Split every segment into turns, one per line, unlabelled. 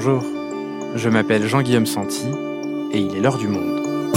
Bonjour, je m'appelle Jean-Guillaume Santi et il est l'heure du monde.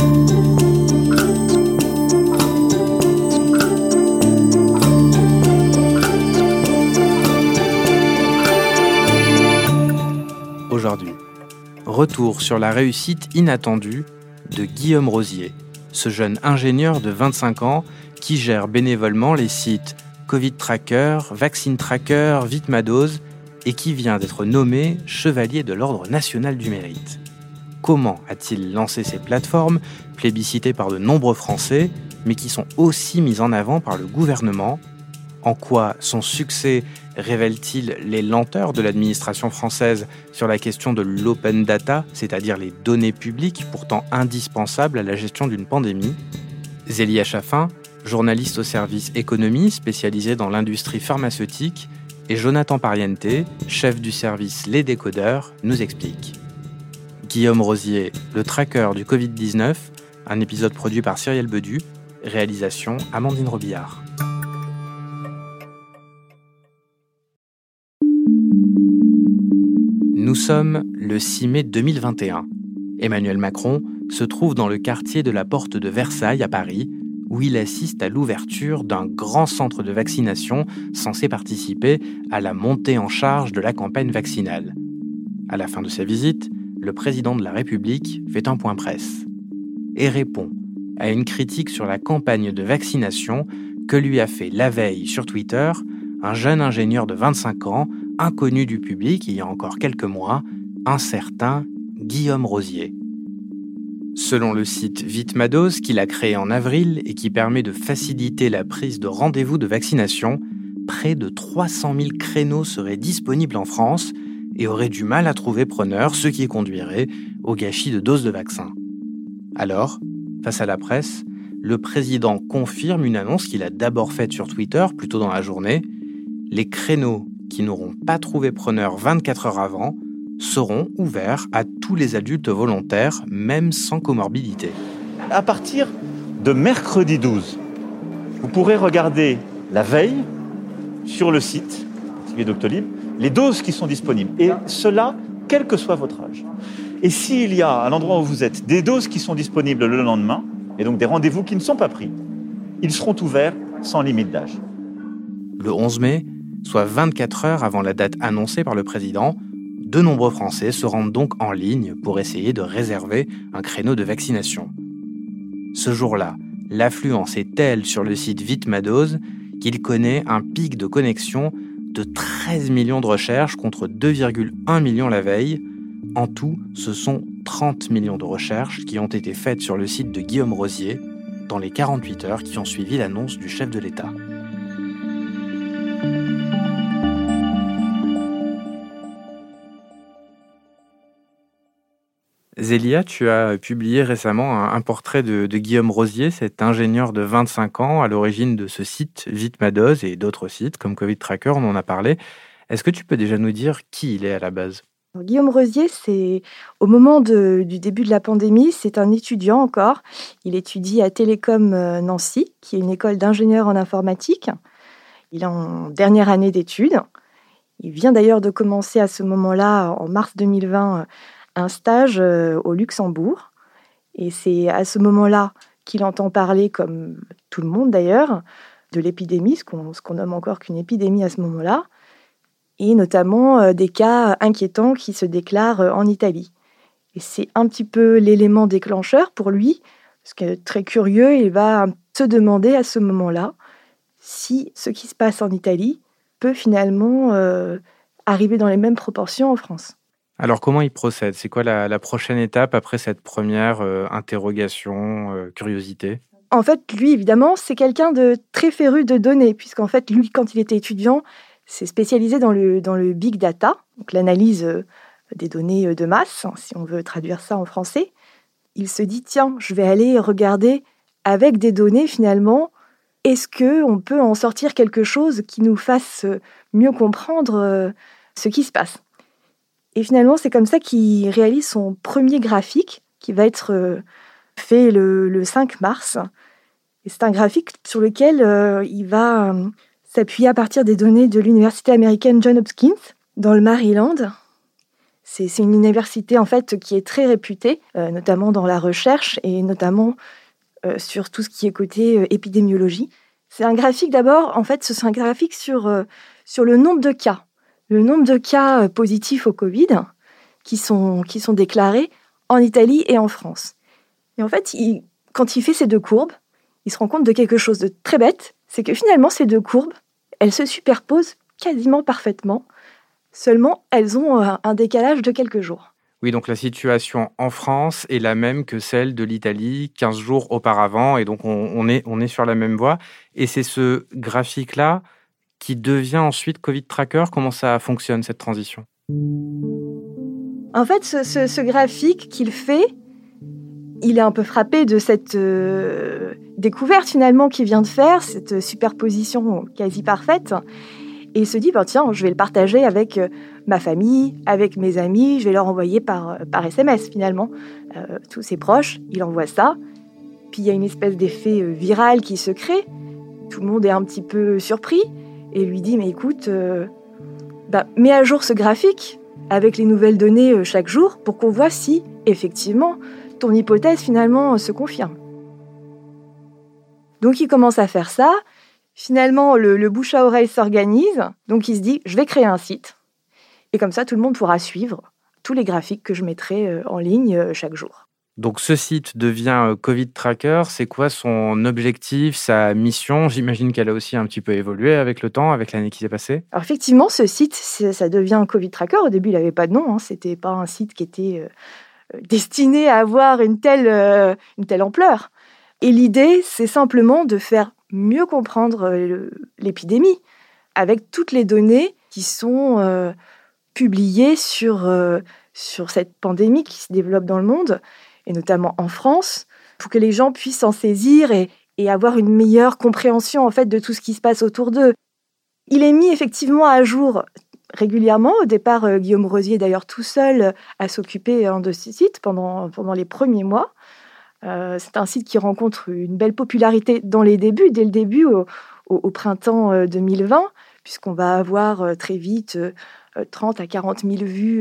Aujourd'hui, retour sur la réussite inattendue de Guillaume Rosier, ce jeune ingénieur de 25 ans qui gère bénévolement les sites Covid Tracker, Vaccine Tracker, Vite ma dose et qui vient d'être nommé chevalier de l'Ordre national du mérite. Comment a-t-il lancé ces plateformes, plébiscitées par de nombreux Français, mais qui sont aussi mises en avant par le gouvernement ? En quoi son succès révèle-t-il les lenteurs de l'administration française sur la question de l'open data, c'est-à-dire les données publiques pourtant indispensables à la gestion d'une pandémie ? Zélia Chaffin, journaliste au service économie spécialisé dans l'industrie pharmaceutique, et Jonathan Pariente, chef du service Les Décodeurs, nous explique. Guillaume Rosier, le tracker du Covid-19, un épisode produit par Cyrielle Bedu, réalisation Amandine Robillard. Nous sommes le 6 mai 2021. Emmanuel Macron se trouve dans le quartier de la Porte de Versailles à Paris, où il assiste à l'ouverture d'un grand centre de vaccination censé participer à la montée en charge de la campagne vaccinale. À la fin de sa visite, le président de la République fait un point presse et répond à une critique sur la campagne de vaccination que lui a fait la veille sur Twitter un jeune ingénieur de 25 ans, inconnu du public il y a encore quelques mois, un certain Guillaume Rosier. Selon le site Vite ma dose qu'il a créé en avril et qui permet de faciliter la prise de rendez-vous de vaccination, près de 300 000 créneaux seraient disponibles en France et auraient du mal à trouver preneur, ce qui conduirait au gâchis de doses de vaccin. Alors, face à la presse, le président confirme une annonce qu'il a d'abord faite sur Twitter, plus tôt dans la journée. Les créneaux qui n'auront pas trouvé preneur 24 heures avant seront ouverts à tous les adultes volontaires, même sans comorbidité.
À partir de mercredi 12, vous pourrez regarder la veille sur le site Doctolib les doses qui sont disponibles. Et cela, quel que soit votre âge. Et s'il y a, à l'endroit où vous êtes, des doses qui sont disponibles le lendemain, et donc des rendez-vous qui ne sont pas pris, ils seront ouverts sans limite d'âge.
Le 11 mai, soit 24 heures avant la date annoncée par le président, de nombreux Français se rendent donc en ligne pour essayer de réserver un créneau de vaccination. Ce jour-là, l'affluence est telle sur le site Vite ma dose qu'il connaît un pic de connexion de 13 millions de recherches contre 2,1 millions la veille. En tout, ce sont 30 millions de recherches qui ont été faites sur le site de Guillaume Rosier dans les 48 heures qui ont suivi l'annonce du chef de l'État. Zélia, tu as publié récemment un portrait de Guillaume Rosier, cet ingénieur de 25 ans à l'origine de ce site Vite ma dose et d'autres sites comme Covid Tracker, on en a parlé. Est-ce que tu peux déjà nous dire qui il est à la base ?
Guillaume Rosier, c'est au moment du début de la pandémie, c'est un étudiant encore. Il étudie à Télécom Nancy, qui est une école d'ingénieurs en informatique. Il est en dernière année d'études. Il vient d'ailleurs de commencer à ce moment-là, en mars 2020, un stage au Luxembourg. Et c'est à ce moment-là qu'il entend parler, comme tout le monde d'ailleurs, de l'épidémie, ce qu'on nomme encore qu'une épidémie à ce moment-là, et notamment des cas inquiétants qui se déclarent en Italie. Et c'est un petit peu l'élément déclencheur pour lui, parce que très curieux, il va se demander à ce moment-là si ce qui se passe en Italie peut finalement arriver dans les mêmes proportions en France.
Alors comment il procède ? C'est quoi la prochaine étape après cette première interrogation, curiosité ?
En fait, lui, évidemment, c'est quelqu'un de très féru de données, puisqu'en fait, lui, quand il était étudiant, s'est spécialisé dans le big data, donc l'analyse des données de masse, si on veut traduire ça en français. Il se dit, tiens, je vais aller regarder avec des données, finalement, est-ce qu'on peut en sortir quelque chose qui nous fasse mieux comprendre ce qui se passe ? Et finalement, c'est comme ça qu'il réalise son premier graphique, qui va être fait le 5 mars. Et c'est un graphique sur lequel il va s'appuyer à partir des données de l'université américaine Johns Hopkins, dans le Maryland. C'est une université en fait qui est très réputée, notamment dans la recherche et notamment sur tout ce qui est côté épidémiologie. C'est un graphique d'abord, en fait, c'est un graphique sur le nombre de cas. Le nombre de cas positifs au Covid qui sont déclarés en Italie et en France. Et en fait, quand il fait ces deux courbes, il se rend compte de quelque chose de très bête, c'est que finalement, ces deux courbes, elles se superposent quasiment parfaitement, seulement elles ont un décalage de quelques jours.
Oui, donc la situation en France est la même que celle de l'Italie 15 jours auparavant, et donc on est sur la même voie. Et c'est ce graphique-là qui devient ensuite Covid Tracker. Comment ça fonctionne, cette transition ?
En fait, ce graphique qu'il fait, il est un peu frappé de cette découverte finalement qu'il vient de faire, cette superposition quasi parfaite. Et il se dit, tiens, je vais le partager avec ma famille, avec mes amis, je vais leur envoyer par SMS finalement. Tous ses proches, il envoie ça. Puis il y a une espèce d'effet viral qui se crée. Tout le monde est un petit peu surpris et lui dit, mais écoute, mets à jour ce graphique avec les nouvelles données chaque jour pour qu'on voit si, effectivement, ton hypothèse finalement se confirme. Donc il commence à faire ça. Finalement, le bouche à oreille s'organise. Donc il se dit, je vais créer un site. Et comme ça, tout le monde pourra suivre tous les graphiques que je mettrai en ligne chaque jour.
Donc ce site devient Covid Tracker. C'est quoi son objectif, sa mission ? J'imagine qu'elle a aussi un petit peu évolué avec le temps, avec l'année qui s'est passée.
Alors effectivement, ce site, ça devient Covid Tracker. Au début, il n'avait pas de nom. C'était pas un site qui était destiné à avoir une telle ampleur. Et l'idée, c'est simplement de faire mieux comprendre l'épidémie avec toutes les données qui sont publiées sur cette pandémie qui se développe dans le monde, et notamment en France, pour que les gens puissent s'en saisir et avoir une meilleure compréhension en fait, de tout ce qui se passe autour d'eux. Il est mis effectivement à jour régulièrement. Au départ, Guillaume Rosier, d'ailleurs tout seul, a s'occupé de ce site pendant les premiers mois. C'est un site qui rencontre une belle popularité dès le début, au printemps 2020, puisqu'on va avoir très vite 30 à 40 000 vues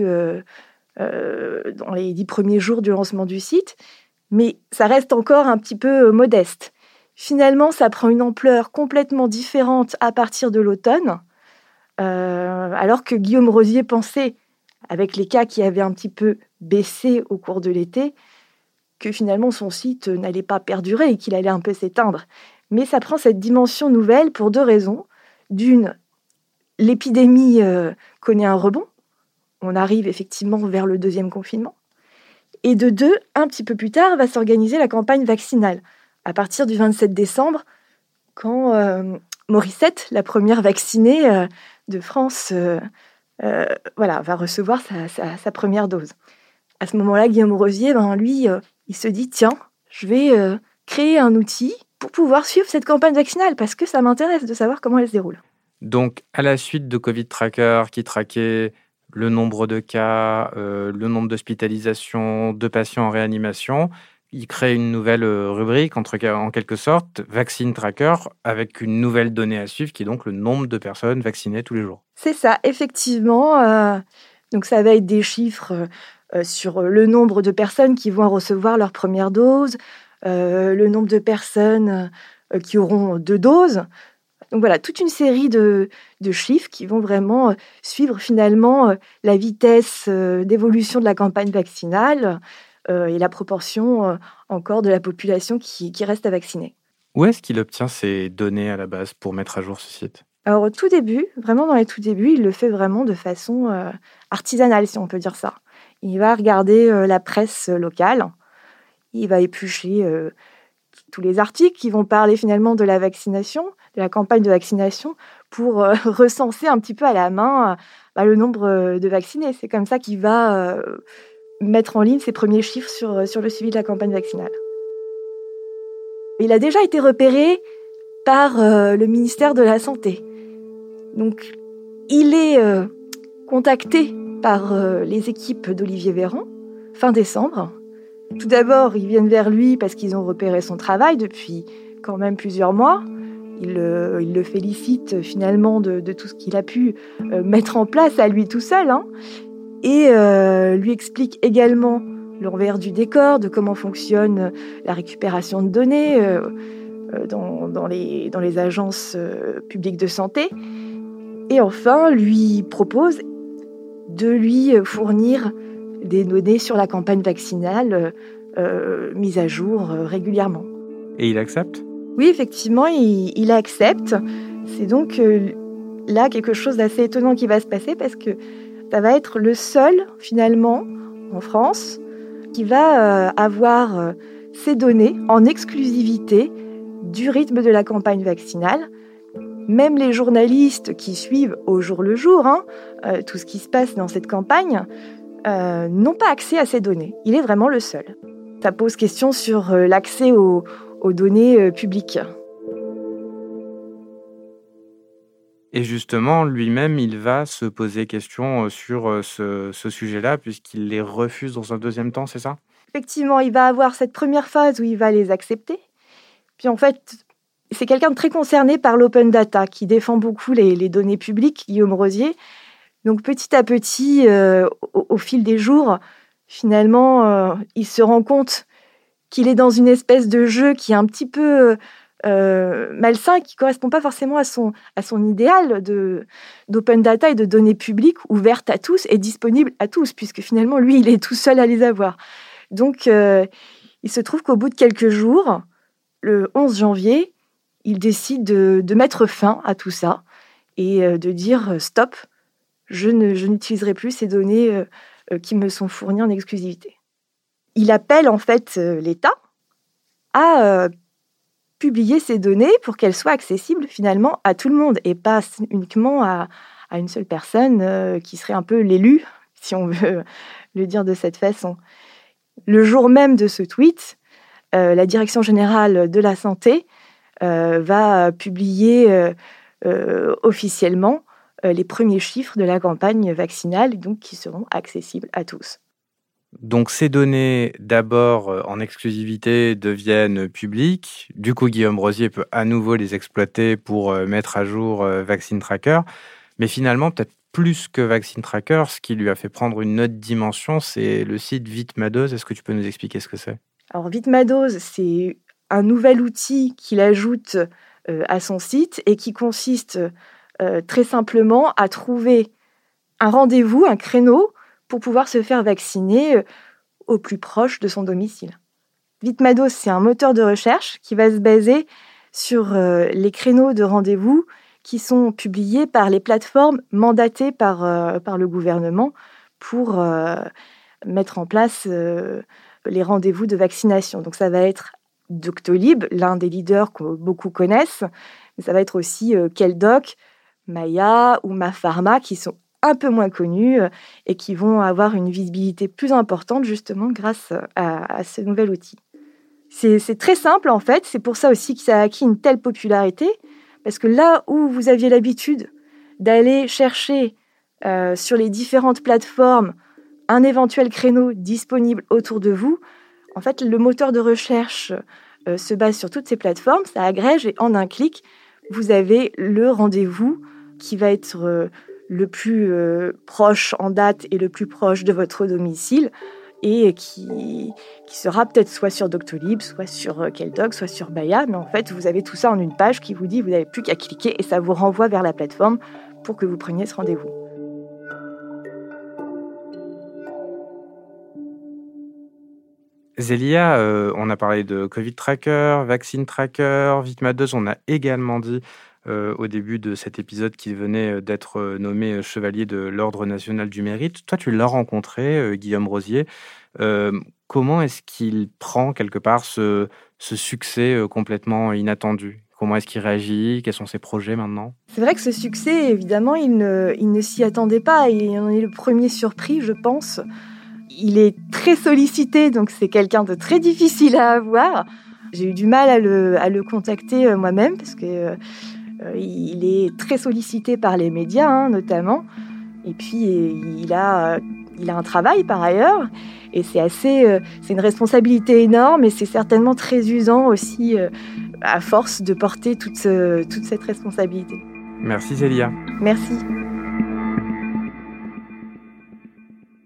dans les 10 premiers jours du lancement du site. Mais ça reste encore un petit peu modeste. Finalement, ça prend une ampleur complètement différente à partir de l'automne, alors que Guillaume Rosier pensait, avec les cas qui avaient un petit peu baissé au cours de l'été, que finalement son site n'allait pas perdurer et qu'il allait un peu s'éteindre. Mais ça prend cette dimension nouvelle pour deux raisons. D'une, l'épidémie connaît un rebond. On arrive effectivement vers le deuxième confinement. Et de deux, un petit peu plus tard, va s'organiser la campagne vaccinale. À partir du 27 décembre, quand Morissette, la première vaccinée de France, va recevoir sa première dose. À ce moment-là, Guillaume Rosier, lui, il se dit, tiens, je vais créer un outil pour pouvoir suivre cette campagne vaccinale, parce que ça m'intéresse de savoir comment elle se déroule.
Donc, à la suite de Covid Tracker, qui traquait le nombre de cas, le nombre d'hospitalisations, de patients en réanimation, il crée une nouvelle rubrique, en quelque sorte, Vaccine Tracker, avec une nouvelle donnée à suivre, qui est donc le nombre de personnes vaccinées tous les jours.
C'est ça, effectivement. Donc, ça va être des chiffres sur le nombre de personnes qui vont recevoir leur première dose, le nombre de personnes qui auront 2 doses. Donc voilà, toute une série de chiffres qui vont vraiment suivre finalement la vitesse d'évolution de la campagne vaccinale et la proportion encore de la population qui reste à vacciner.
Où est-ce qu'il obtient ces données à la base pour mettre à jour ce site ?
Alors au tout début, vraiment dans les tout débuts, il le fait vraiment de façon artisanale, si on peut dire ça. Il va regarder la presse locale, il va éplucher tous les articles qui vont parler finalement de la vaccination, de la campagne de vaccination, pour recenser un petit peu à la main le nombre de vaccinés. C'est comme ça qu'il va mettre en ligne ses premiers chiffres sur le suivi de la campagne vaccinale. Il a déjà été repéré par le ministère de la Santé. Donc, il est contacté par les équipes d'Olivier Véran, fin décembre. Tout d'abord, ils viennent vers lui parce qu'ils ont repéré son travail depuis quand même plusieurs mois. Ils le félicitent finalement de tout ce qu'il a pu mettre en place à lui tout seul. et lui explique également l'envers du décor, de comment fonctionne la récupération de données dans les agences publiques de santé. Et enfin, lui propose de lui fournir des données sur la campagne vaccinale mises à jour régulièrement.
Et il accepte ?
Oui, effectivement, il accepte. C'est donc là quelque chose d'assez étonnant qui va se passer parce que ça va être le seul, finalement, en France, qui va avoir ces données en exclusivité du rythme de la campagne vaccinale. Même les journalistes qui suivent au jour le jour tout ce qui se passe dans cette campagne n'ont pas accès à ces données. Il est vraiment le seul. Ça pose question sur l'accès aux données publiques.
Et justement, lui-même, il va se poser question sur ce sujet-là, puisqu'il les refuse dans un deuxième temps, c'est ça ?
Effectivement, il va avoir cette première phase où il va les accepter. Puis en fait, c'est quelqu'un de très concerné par l'open data, qui défend beaucoup les données publiques, Guillaume Rosier. Donc petit à petit, au fil des jours, finalement, il se rend compte qu'il est dans une espèce de jeu qui est un petit peu malsain, qui ne correspond pas forcément à son idéal d'open data et de données publiques ouvertes à tous et disponibles à tous, puisque finalement, lui, il est tout seul à les avoir. Donc, il se trouve qu'au bout de quelques jours, le 11 janvier, il décide de mettre fin à tout ça et de dire « stop ». Je n'utiliserai plus ces données qui me sont fournies en exclusivité. Il appelle en fait l'État à publier ces données pour qu'elles soient accessibles finalement à tout le monde et pas uniquement à une seule personne qui serait un peu l'élu, si on veut le dire de cette façon. Le jour même de ce tweet, la Direction générale de la santé va publier officiellement les premiers chiffres de la campagne vaccinale, donc qui seront accessibles à tous.
Donc ces données, d'abord en exclusivité, deviennent publiques. Du coup, Guillaume Rosier peut à nouveau les exploiter pour mettre à jour Vaccine Tracker. Mais finalement, peut-être plus que Vaccine Tracker, ce qui lui a fait prendre une autre dimension, c'est le site VitMaDose. Est-ce que tu peux nous expliquer ce que c'est ?
Alors VitMaDose, c'est un nouvel outil qu'il ajoute à son site et qui consiste très simplement à trouver un rendez-vous, un créneau, pour pouvoir se faire vacciner au plus proche de son domicile. VitMaDose, c'est un moteur de recherche qui va se baser sur les créneaux de rendez-vous qui sont publiés par les plateformes mandatées par le gouvernement pour mettre en place les rendez-vous de vaccination. Donc ça va être Doctolib, l'un des leaders que beaucoup connaissent, mais ça va être aussi Queldoc, Maya ou MaPharma qui sont un peu moins connus et qui vont avoir une visibilité plus importante justement grâce à ce nouvel outil. C'est très simple en fait, c'est pour ça aussi que ça a acquis une telle popularité, parce que là où vous aviez l'habitude d'aller chercher sur les différentes plateformes un éventuel créneau disponible autour de vous, en fait le moteur de recherche se base sur toutes ces plateformes, ça agrège et en un clic, vous avez le rendez-vous qui va être le plus proche en date et le plus proche de votre domicile et qui sera peut-être soit sur Doctolib, soit sur Queldoc, soit sur Maya, mais en fait, vous avez tout ça en une page qui vous dit vous n'avez plus qu'à cliquer et ça vous renvoie vers la plateforme pour que vous preniez ce rendez-vous.
Zélia, on a parlé de Covid Tracker, Vaccine Tracker, VitMaDose, on a également dit au début de cet épisode qu'il venait d'être nommé chevalier de l'Ordre national du mérite. Toi, tu l'as rencontré, Guillaume Rosier. Comment est-ce qu'il prend quelque part ce succès complètement inattendu ? Comment est-ce qu'il réagit ? Quels sont ses projets maintenant ?
C'est vrai que ce succès, évidemment, il ne s'y attendait pas. Il en est le premier surpris, je pense. Il est très sollicité, donc c'est quelqu'un de très difficile à avoir. J'ai eu du mal à le contacter moi-même parce que il est très sollicité par les médias, notamment. Et puis, il a un travail par ailleurs. Et c'est une responsabilité énorme et c'est certainement très usant aussi à force de porter toute cette responsabilité.
Merci Zélia.
Merci.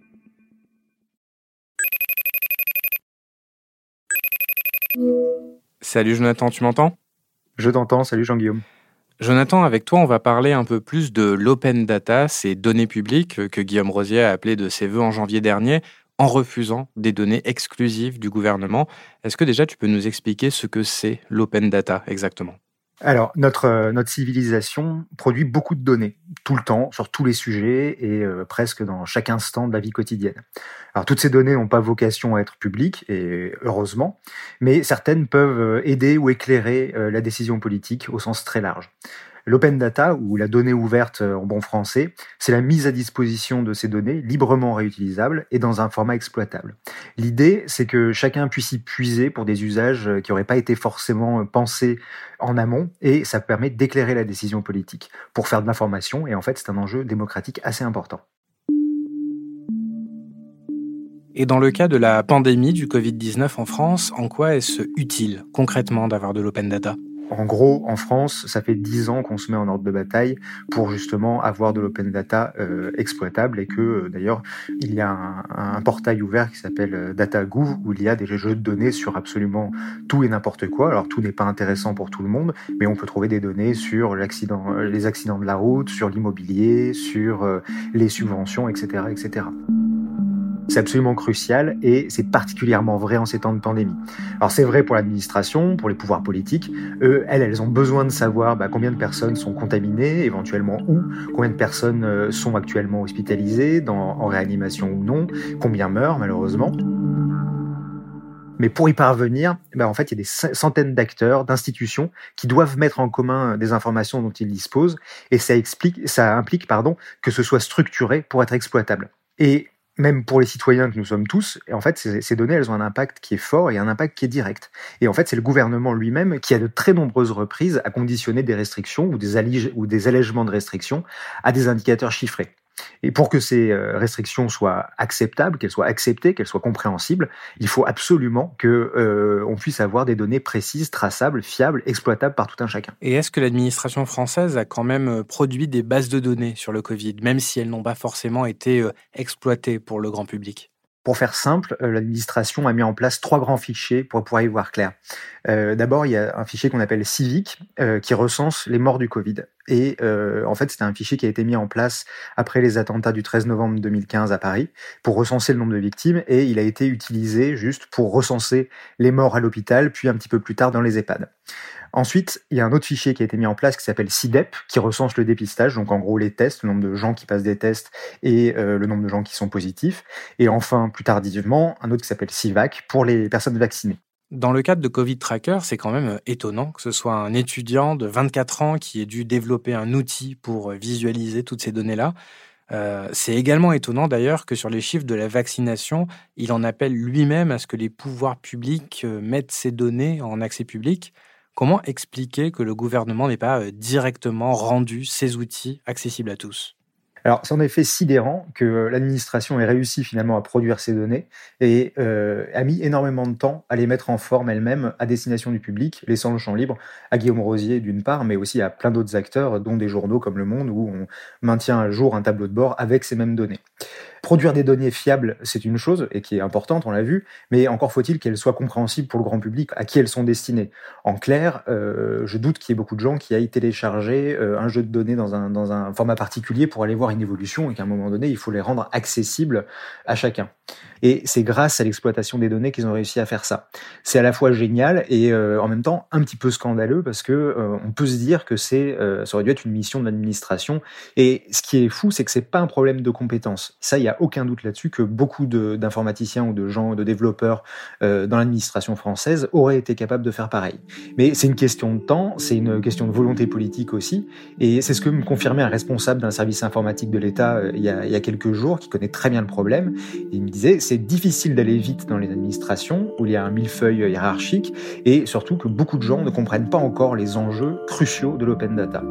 Salut Jonathan, tu m'entends ?
Je t'entends, salut Jean-Guillaume.
Jonathan, avec toi, on va parler un peu plus de l'open data, ces données publiques que Guillaume Rosier a appelées de ses vœux en janvier dernier, en refusant des données exclusives du gouvernement. Est-ce que déjà tu peux nous expliquer ce que c'est l'open data exactement ?
Alors, notre civilisation produit beaucoup de données, tout le temps, sur tous les sujets et presque dans chaque instant de la vie quotidienne. Alors, toutes ces données n'ont pas vocation à être publiques, et heureusement, mais certaines peuvent aider ou éclairer la décision politique au sens très large. L'open data, ou la donnée ouverte en bon français, c'est la mise à disposition de ces données librement réutilisables et dans un format exploitable. L'idée, c'est que chacun puisse y puiser pour des usages qui n'auraient pas été forcément pensés en amont, et ça permet d'éclairer la décision politique pour faire de l'information, et en fait, c'est un enjeu démocratique assez important.
Et dans le cas de la pandémie du Covid-19 en France, en quoi est-ce utile concrètement d'avoir de l'open data ?
En gros, en France, ça fait 10 ans qu'on se met en ordre de bataille pour justement avoir de l'open data exploitable, et que d'ailleurs, il y a un portail ouvert qui s'appelle DataGouv, où il y a des jeux de données sur absolument tout et n'importe quoi. Alors tout n'est pas intéressant pour tout le monde, mais on peut trouver des données sur les accidents de la route, sur l'immobilier, sur les subventions, etc., etc. C'est absolument crucial, et c'est particulièrement vrai en ces temps de pandémie. Alors c'est vrai pour l'administration, pour les pouvoirs politiques. Elles ont besoin de savoir combien de personnes sont contaminées, éventuellement où, combien de personnes sont actuellement hospitalisées, en réanimation ou non, combien meurent malheureusement. Mais pour y parvenir, en fait, il y a des centaines d'acteurs, d'institutions qui doivent mettre en commun des informations dont ils disposent, et ça implique que ce soit structuré pour être exploitable. Et même pour les citoyens que nous sommes tous, et en fait, ces données, elles ont un impact qui est fort et un impact qui est direct. Et en fait, c'est le gouvernement lui-même qui, à de très nombreuses reprises, a conditionné des restrictions ou des allègements de restrictions à des indicateurs chiffrés. Et pour que ces restrictions soient acceptables, qu'elles soient acceptées, qu'elles soient compréhensibles, il faut absolument qu'on puisse avoir des données précises, traçables, fiables, exploitables par tout un chacun.
Et est-ce que l'administration française a quand même produit des bases de données sur le Covid, même si elles n'ont pas forcément été exploitées pour le grand public ?
Pour faire simple, l'administration a mis en place 3 grands fichiers pour pouvoir y voir clair. D'abord, il y a un fichier qu'on appelle Civic, qui recense les morts du Covid. Et en fait, c'était un fichier qui a été mis en place après les attentats du 13 novembre 2015 à Paris, pour recenser le nombre de victimes, et il a été utilisé juste pour recenser les morts à l'hôpital, puis un petit peu plus tard dans les EHPAD. Ensuite, il y a un autre fichier qui a été mis en place qui s'appelle CIDEP, qui recense le dépistage, donc en gros les tests, le nombre de gens qui passent des tests et le nombre de gens qui sont positifs. Et enfin, plus tardivement, un autre qui s'appelle CIVAC pour les personnes vaccinées.
Dans le cadre de Covid Tracker, c'est quand même étonnant que ce soit un étudiant de 24 ans qui ait dû développer un outil pour visualiser toutes ces données-là. C'est également étonnant d'ailleurs que sur les chiffres de la vaccination, il en appelle lui-même à ce que les pouvoirs publics mettent ces données en accès public. Comment expliquer que le gouvernement n'ait pas directement rendu ces outils accessibles à tous ?
Alors, c'est en effet sidérant que l'administration ait réussi finalement à produire ces données et a mis énormément de temps à les mettre en forme elle-même à destination du public, laissant le champ libre à Guillaume Rosier d'une part, mais aussi à plein d'autres acteurs, dont des journaux comme Le Monde, où on maintient à jour un tableau de bord avec ces mêmes données. Produire des données fiables, c'est une chose, et qui est importante, on l'a vu, mais encore faut-il qu'elles soient compréhensibles pour le grand public, à qui elles sont destinées. En clair, je doute qu'il y ait beaucoup de gens qui aillent télécharger un jeu de données dans un format particulier pour aller voir une évolution, et qu'à un moment donné, il faut les rendre accessibles à chacun. Et c'est grâce à l'exploitation des données qu'ils ont réussi à faire ça. C'est à la fois génial et en même temps un petit peu scandaleux, parce que on peut se dire que ça aurait dû être une mission de l'administration. Et ce qui est fou, c'est que c'est pas un problème de compétence. Ça, il y a aucun doute là-dessus que beaucoup d'informaticiens ou de gens, de développeurs dans l'administration française auraient été capables de faire pareil. Mais c'est une question de temps, c'est une question de volonté politique aussi. Et c'est ce que me confirmait un responsable d'un service informatique de l'État il y a quelques jours, qui connaît très bien le problème. Et il me disait, c'est difficile d'aller vite dans les administrations où il y a un millefeuille hiérarchique, et surtout que beaucoup de gens ne comprennent pas encore les enjeux cruciaux de l'open data.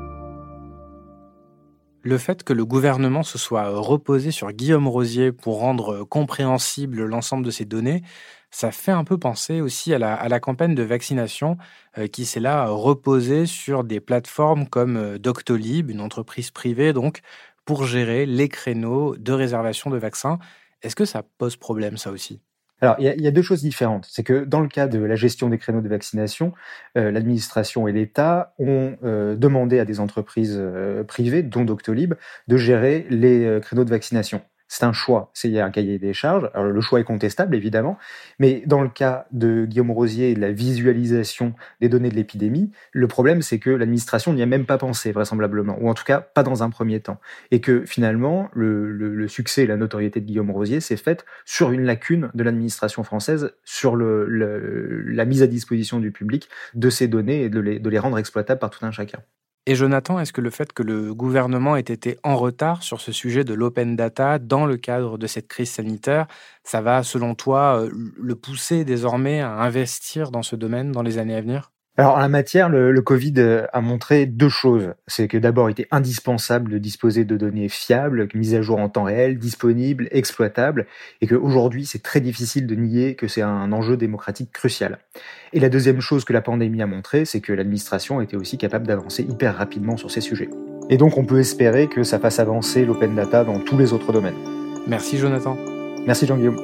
Le fait que le gouvernement se soit reposé sur Guillaume Rosier pour rendre compréhensible l'ensemble de ces données, ça fait un peu penser aussi à la campagne de vaccination qui s'est là reposée sur des plateformes comme Doctolib, une entreprise privée donc, pour gérer les créneaux de réservation de vaccins. Est-ce que ça pose problème, ça aussi ?
Alors, il y a deux choses différentes. C'est que dans le cas de la gestion des créneaux de vaccination, l'administration et l'État ont demandé à des entreprises privées, dont Doctolib, de gérer les créneaux de vaccination. C'est un choix, il y a un cahier des charges. Alors, le choix est contestable, évidemment, mais dans le cas de Guillaume Rosier et de la visualisation des données de l'épidémie, le problème, c'est que l'administration n'y a même pas pensé, vraisemblablement, ou en tout cas pas dans un premier temps. Et que finalement, le succès et la notoriété de Guillaume Rosier s'est faite sur une lacune de l'administration française sur la mise à disposition du public de ces données et de les rendre exploitables par tout un chacun.
Et Jonathan, est-ce que le fait que le gouvernement ait été en retard sur ce sujet de l'open data dans le cadre de cette crise sanitaire, ça va, selon toi, le pousser désormais à investir dans ce domaine dans les années à venir ?
Alors, en la matière, le Covid a montré deux choses. C'est que d'abord, il était indispensable de disposer de données fiables, mises à jour en temps réel, disponibles, exploitables, et qu'aujourd'hui, c'est très difficile de nier que c'est un enjeu démocratique crucial. Et la deuxième chose que la pandémie a montré, c'est que l'administration était aussi capable d'avancer hyper rapidement sur ces sujets. Et donc, on peut espérer que ça fasse avancer l'open data dans tous les autres domaines.
Merci Jonathan.
Merci Jean-Guillaume.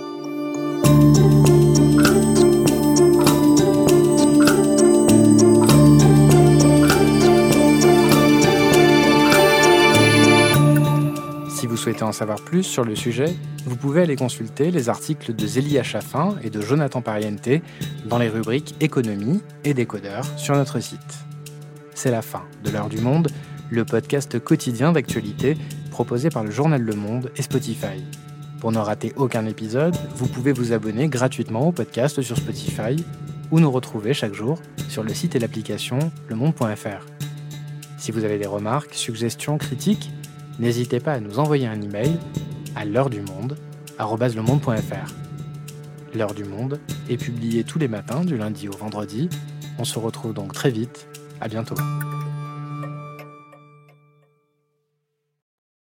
Si vous souhaitez en savoir plus sur le sujet, vous pouvez aller consulter les articles de Zélia Chaffin et de Jonathan Pariente dans les rubriques Économie et Décodeur sur notre site. C'est la fin de l'Heure du Monde, le podcast quotidien d'actualité proposé par le journal Le Monde et Spotify. Pour ne rater aucun épisode, vous pouvez vous abonner gratuitement au podcast sur Spotify ou nous retrouver chaque jour sur le site et l'application lemonde.fr. Si vous avez des remarques, suggestions, critiques, n'hésitez pas à nous envoyer un email à l'heure-du-monde@lemonde.fr. L'Heure du Monde est publiée tous les matins du lundi au vendredi. On se retrouve donc très vite. À bientôt.